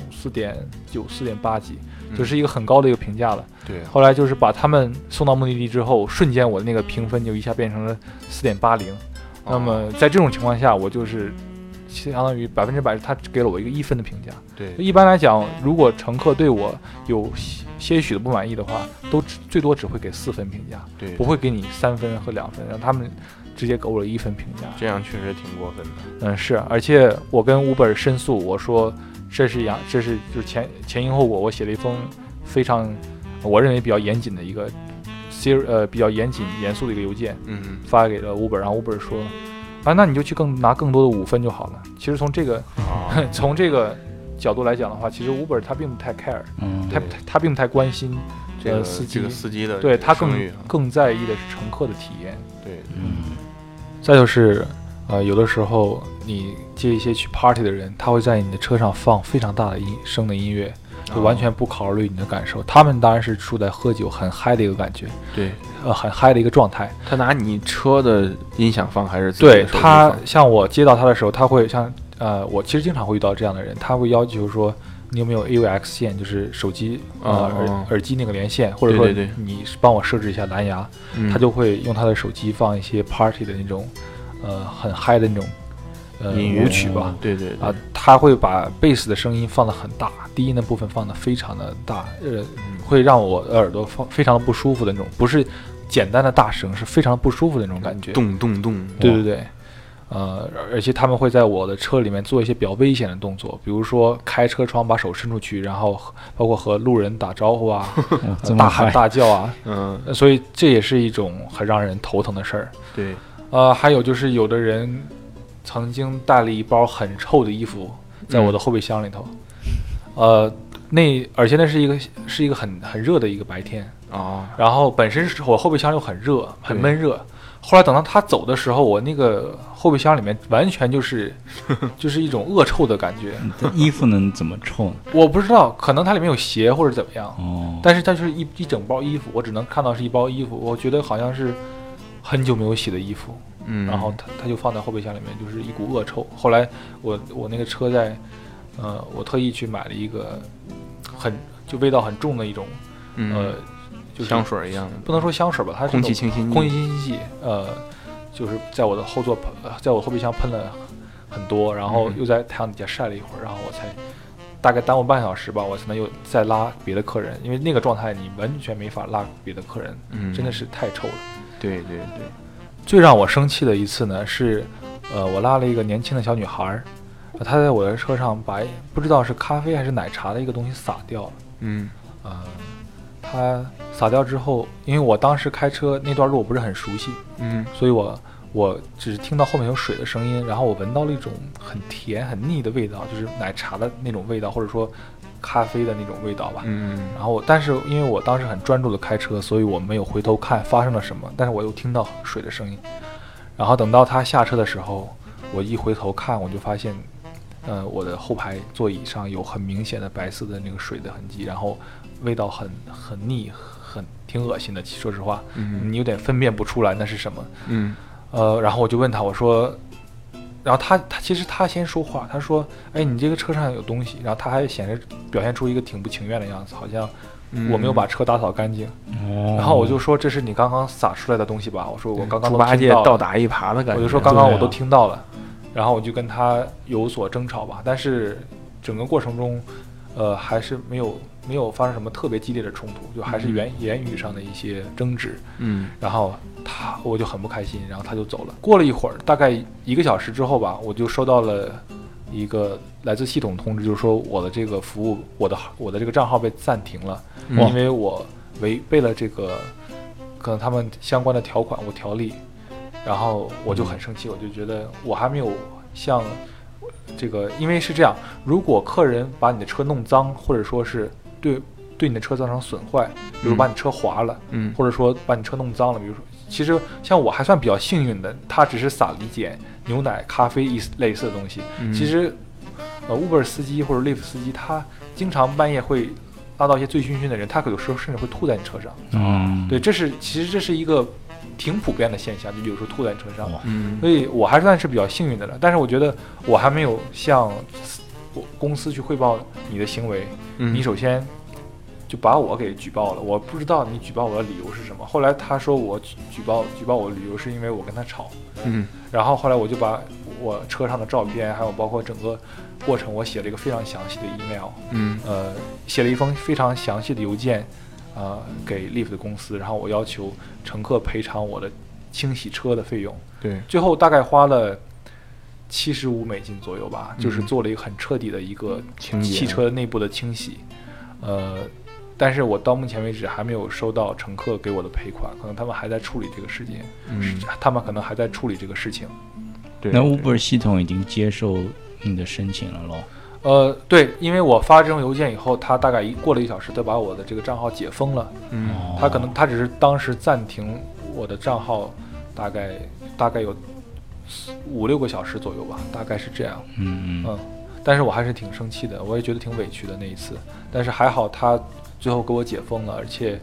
，4.9、4.8几，就是一个很高的一个评价了。 对。 后来就是把他们送到目的地之后，瞬间我的那个评分就一下变成了4.80。那么在这种情况下，我就是相当于100%，他给了我一个1分的评价。 对。 一般来讲，如果乘客对我有些许的不满意的话，都最多只会给4分评价， 对， 不会给你3分和2分，让他们直接给我了1分评价， 这样确实挺过分的。 是，而且我跟 Uber 申诉，我说这是就是前因后果，我写了一封非常我认为比较严谨的一个比较严肃的一个邮件，发给了 Uber， 然后 Uber 说那你就去拿更多的5分就好了。其实从这个从这个角度来讲的话，其实 Uber 他并不太 care，他并不太关心这个司机的， 对，他更在意的是乘客的体验。 对， 再就是有的时候你接一些去 party 的人，他会在你的车上放非常大的声的音乐，就完全不考虑你的感受。他们当然是处在喝酒很嗨的一个感觉， 对， 很嗨的一个状态。 他拿你车的音响放还是自己的手机放？ 对，他像我接到他的时候，他会像我其实经常会遇到这样的人，他会要求说你有没有 AUX 线，就是手机耳机那个连线，或者说你帮我设置一下蓝牙，他就会用他的手机放一些 party 的那种很嗨的那种舞曲吧。 对他会把贝斯的声音放得很大，低音的部分放得非常的大，会让我的耳朵非常的不舒服的那种，不是简单的大声，是非常不舒服的那种感觉， 咚咚咚。 对。而且他们会在我的车里面做一些比较危险的动作，比如说开车窗把手伸出去，然后包括和路人打招呼啊，大喊大叫啊，所以这也是一种很让人头疼的事儿。 对， 还有就是有的人曾经带了一包很臭的衣服在我的后备箱里头，而且那是一个很热的一个白天啊， 然后本身我后备箱又很热，很闷热。后来等到他走的时候，我那个后备箱里面完全就是一种恶臭的感觉。 衣服能怎么臭呢？ 我不知道，可能它里面有鞋或者怎么样。但是它就是一整包衣服，我只能看到是一包衣服，我觉得好像是很久没有洗的衣服。然后它就放在后备箱里面，就是一股恶臭。后来我那个车在我特意去买了一个就味道很重的一种就是香水一样的， 不能说香水吧，它是空气清新剂，就是在我的在我后备箱喷了很多，然后又在太阳底下晒了一会儿，然后我才大概耽误半小时吧，我才能又再拉别的客人，因为那个状态你完全没法拉别的客人，真的是太臭了。 对。 最让我生气的一次呢是，我拉了一个年轻的小女孩，她在我的车上把不知道是咖啡还是奶茶的一个东西洒掉了。他洒掉之后，因为我当时开车那段路我不是很熟悉，所以我只是听到后面有水的声音，然后我闻到了一种很甜很腻的味道，就是奶茶的那种味道，或者说咖啡的那种味道吧。然后但是因为我当时很专注的开车，所以我没有回头看发生了什么，但是我又听到水的声音。然后等到他下车的时候，我一回头看，我就发现我的后排座椅上有很明显的白色的那个水的痕迹，然后味道很腻，挺恶心的。说实话，你有点分辨不出来那是什么。然后我就问他，我说，然后他其实他先说话，他说，哎，你这个车上有东西，然后他还表现出一个挺不情愿的样子，好像我没有把车打扫干净。然后我就说，这是你刚刚撒出来的东西吧？我说我刚刚猪八戒倒打一耙的感觉。 我就说刚刚我都听到了。然后我就跟他有所争吵吧，但是整个过程中，还是没有发生什么特别激烈的冲突，就还是言语上的一些争执。然后我就很不开心，然后他就走了。过了一会儿，大概1个小时之后吧，我就收到了一个来自系统通知，就是说我的这个服务，我的这个账号被暂停了，因为我违背了这个可能他们相关的条款或条例。然后我就很生气，我就觉得我还没有像这个，因为是这样，如果客人把你的车弄脏，或者说是对你的车造成损坏，比如把你车划了，或者说把你车弄脏了，比如说其实像我还算比较幸运的，他只是撒了一点牛奶、咖啡类似的东西。其实Uber 司机或者 Lyft 司机，他经常半夜会拉到一些醉醺醺的人，他有时候甚至会吐在你车上。对，其实这是一个挺普遍的现象，就有时候吐在你车上。所以我还算是比较幸运的了。但是我觉得我还没有向公司去汇报你的行为，你首先就把我给举报了。我不知道你举报我的理由是什么。后来他说我举报我的理由是因为我跟他吵。然后后来我就把我车上的照片，还有包括整个过程，我写了一个非常详细的 email，写了一封非常详细的邮件，给 Lyft 的公司，然后我要求乘客赔偿我的清洗车的费用。 对， 最后大概花了$75左右吧，就是做了一个很彻底的一个汽车内部的清洗。但是我到目前为止还没有收到乘客给我的赔款，可能他们还在处理这个事件，他们可能还在处理这个事情。 对， 那 Uber 系统已经接受你的申请了咯？ 对，因为我发这种邮件以后，他大概过了1小时，他把我的这个账号解封了。他只是当时暂停我的账号，大概有5-6个小时左右吧，大概是这样。但是我还是挺生气的，我也觉得挺委屈的那一次。但是还好他最后给我解封了，而且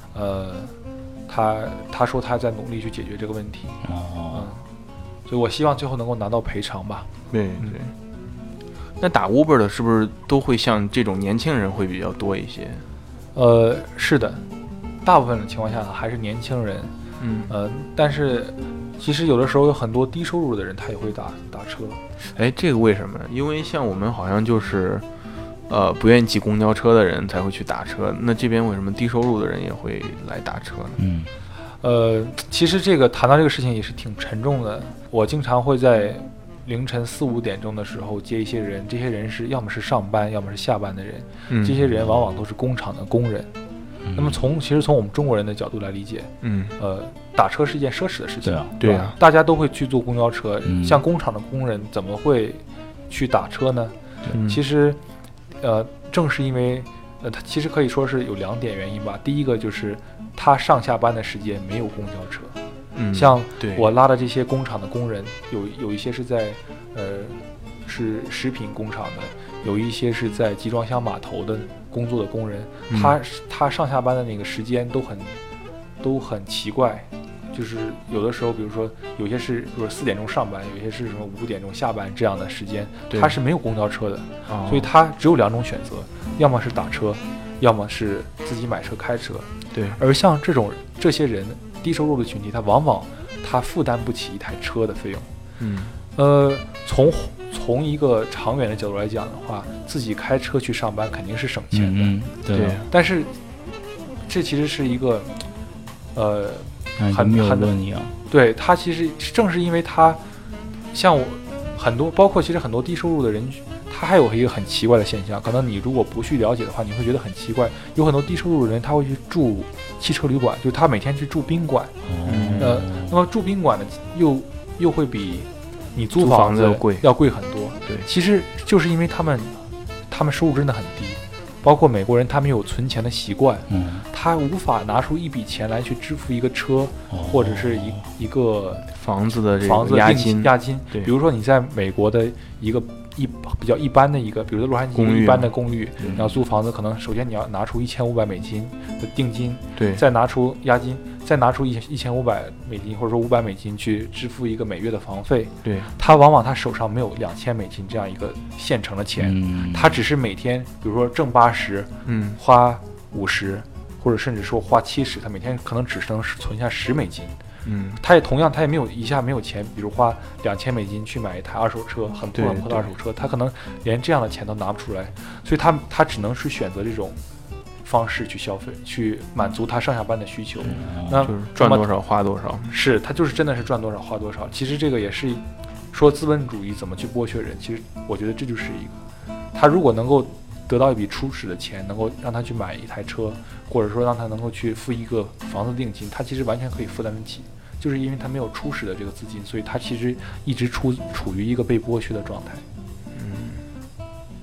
他说他在努力去解决这个问题。所以我希望最后能够拿到赔偿吧。 对。那打 Uber 的是不是都会像这种年轻人会比较多一些？ 是的，大部分的情况下还是年轻人。但是其实有的时候有很多低收入的人他也会打车。 这个为什么？因为像我们好像就是不愿意挤公交车的人才会去打车，那这边为什么低收入的人也会来打车呢？ 其实这个谈到这个事情也是挺沉重的。我经常会在凌晨4-5点钟的时候接一些人，这些人是要么是上班，要么是下班的人。这些人往往都是工厂的工人。那么其实从我们中国人的角度来理解，打车是一件奢侈的事情。 对啊， 大家都会去坐公交车，像工厂的工人怎么会去打车呢？其实正是因为它其实可以说是有2点原因吧。第一个就是他上下班的时间没有公交车。像我拉的这些工厂的工人，有一些是在是食品工厂的，有一些是在集装箱码头的工作的工人，他上下班的那个时间都很奇怪。就是有的时候，比如说有些是比如4点钟上班，有些是什么5点钟下班这样的时间，他是没有公交车的。所以他只有2种选择，要么是打车，要么是自己买车开车。 对， 而像这些人低收入的群体，他往往他负担不起一台车的费用。从一个长远的角度来讲的话，自己开车去上班肯定是省钱的。 对。 但是这其实是一个很谬论一样。 对，他其实正是因为他像我很多，包括其实很多低收入的人，他还有一个很奇怪的现象，可能你如果不去了解的话，你会觉得很奇怪。有很多低收入的人，他会去住汽车旅馆，就是他每天去住宾馆。那么住宾馆的又会比你租房子要贵很多。 对， 其实就是因为他们收入真的很低。包括美国人，他们有存钱的习惯，他无法拿出一笔钱来去支付一个车，或者是一个房子的押金。 比如说你在美国的一个比较一般的一个，比如说洛杉矶一般的公寓，你要租房子，可能首先你要拿出$1500的定金， 对， 再拿出押金，再拿出$1500或者说$500去支付一个每月的房费。 对， 他往往他手上没有$2000这样一个现成的钱，他只是每天比如说挣80，花50，或者甚至说花70，他每天可能只能存下$10。他也没有钱，比如花$2000去买一台二手车，很破的二手车，他可能连这样的钱都拿不出来，所以他只能是选择这种方式去消费，去满足他上下班的需求。那就是赚多少花多少， 是他就是真的是赚多少花多少。其实这个也是说资本主义怎么去剥削人，其实我觉得这就是一个，他如果能够得到一笔初始的钱，能够让他去买一台车，或者说让他能够去付一个房子定金，他其实完全可以负担得起。就是因为他没有初始的这个资金，所以他其实一直处于一个被剥削的状态。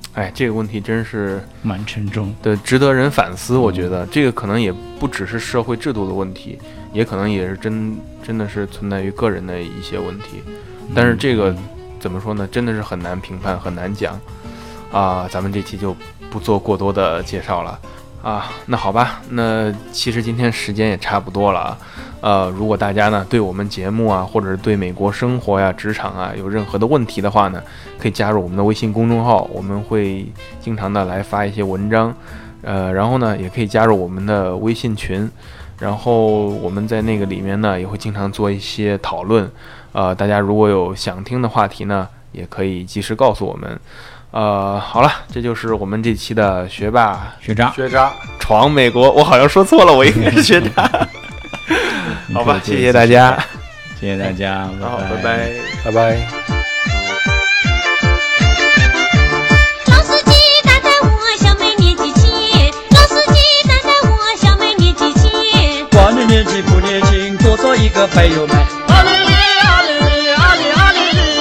哎，这个问题真是蛮沉重的，值得人反思。我觉得这个可能也不只是社会制度的问题，也可能也是真的是存在于个人的一些问题。但是这个怎么说呢？真的是很难评判，很难讲啊。咱们这期就不做过多的介绍了啊。那好吧，那其实今天时间也差不多了啊。如果大家呢对我们节目啊，或者是对美国生活呀、职场啊有任何的问题的话呢，可以加入我们的微信公众号，我们会经常的来发一些文章，然后呢也可以加入我们的微信群，然后我们在那个里面呢也会经常做一些讨论，大家如果有想听的话题呢，也可以及时告诉我们。好了，这就是我们这期的学霸学渣闯美国，我好像说错了，我应该是学渣。好吧，谢谢大家， 谢谢大家， 好，拜拜， 拜拜。 老司机带带我，小妹年纪轻。老司机带带我，小妹年纪轻。 管你年轻不年轻，多做一个朋友们。阿里里阿里里阿里阿里里。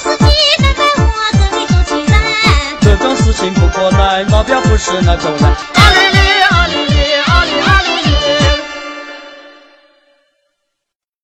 目标不是那种人。